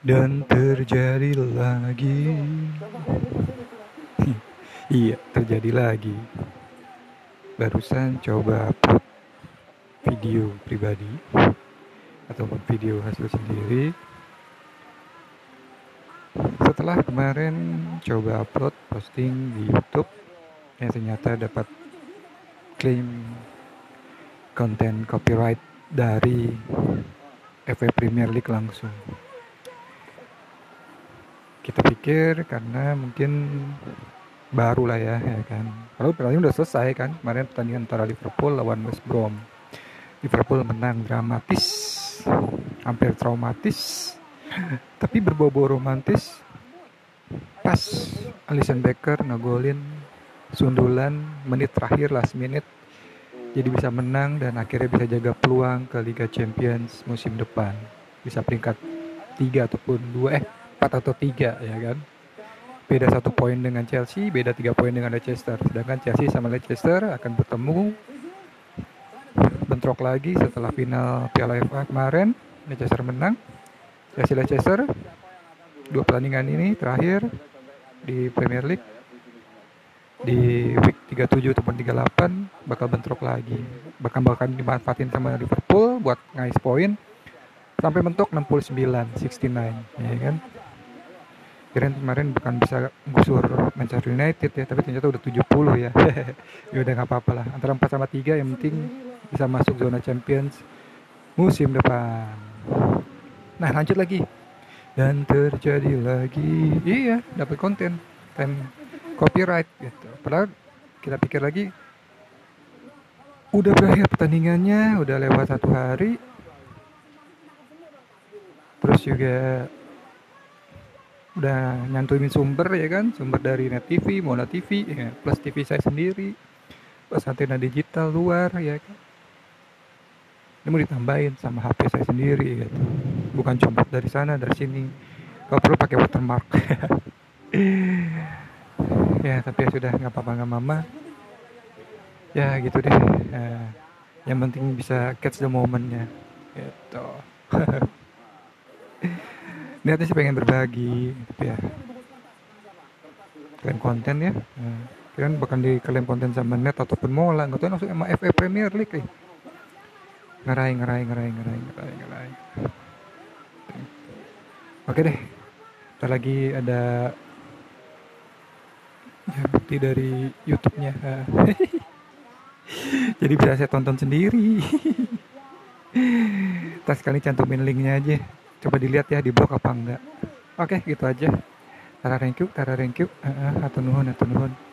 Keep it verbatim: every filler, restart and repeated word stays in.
Dan terjadi lagi. Iya, terjadi lagi. Barusan coba upload video pribadi ataupun video hasil sendiri. Setelah kemarin coba upload posting di YouTube, ya ternyata dapat klaim konten copyright dari F A Premier League langsung. Kita pikir karena mungkin baru lah ya, ya kan. Kalau pertandingan udah selesai kan, kemarin pertandingan antara Liverpool lawan West Brom. Liverpool menang dramatis, hampir traumatis, tapi berbau-bau romantis. Pas Alisson Becker ngegolin sundulan menit terakhir, last minute, jadi bisa menang dan akhirnya bisa jaga peluang ke Liga Champions musim depan. Bisa peringkat tiga ataupun dua, eh empat atau tiga ya kan. Beda satu poin dengan Chelsea, beda tiga poin dengan Leicester. Sedangkan Chelsea sama Leicester akan bertemu bentrok lagi setelah final Piala F A kemarin. Leicester menang. Chelsea Leicester dua pertandingan ini terakhir di Premier League di week tiga puluh tujuh ataupun tiga puluh delapan bakal bentrok lagi. Bahkan bakal dimanfaatin sama Liverpool buat ngais poin sampai mentok enam puluh sembilan, enam puluh sembilan, ya kan. Kirain kemarin bukan bisa gusur Manchester United ya, tapi ternyata udah tujuh puluh ya. Ya udah enggak apa-apa lah. Antara empat sama tiga yang penting bisa masuk zona Champions musim depan. Nah, lanjut lagi. Dan terjadi lagi. Iya, dapat konten dan copyright gitu. Padahal kita pikir lagi udah berakhir pertandingannya, udah lewat satu hari. Terus juga udah nyantumin sumber ya kan, sumber dari Net T V, Mola T V, ya, plus T V saya sendiri, plus antena digital luar ya kan. Ini mau ditambahin sama H P saya sendiri gitu. Bukan comot dari sana, dari sini. Kalau perlu pakai watermark. Ya, tapi ya sudah, nggak apa-apa, nggak mama. Ya gitu deh. Nah, yang penting bisa catch the moment-nya. Gitu. Niatnya sih pengen berbagi, tapi ya klaim konten ya. Nah, kirain bahkan diklaim konten sama Net ataupun Mola, nggak tahu langsung sama F A Premier League. Eh. Ngerai, ngerai, ngerai, ngerai, ngerai, ngerai. Oke deh, ntar lagi ada ya, bukti dari YouTube-nya. Jadi bisa saya tonton sendiri. Ntar sekali cantumin linknya aja. Coba dilihat ya di blog apa enggak. Oke, gitu aja. Tara thank you, tara thank you. Uh, uh, hatur nuhun, hatur nuhun.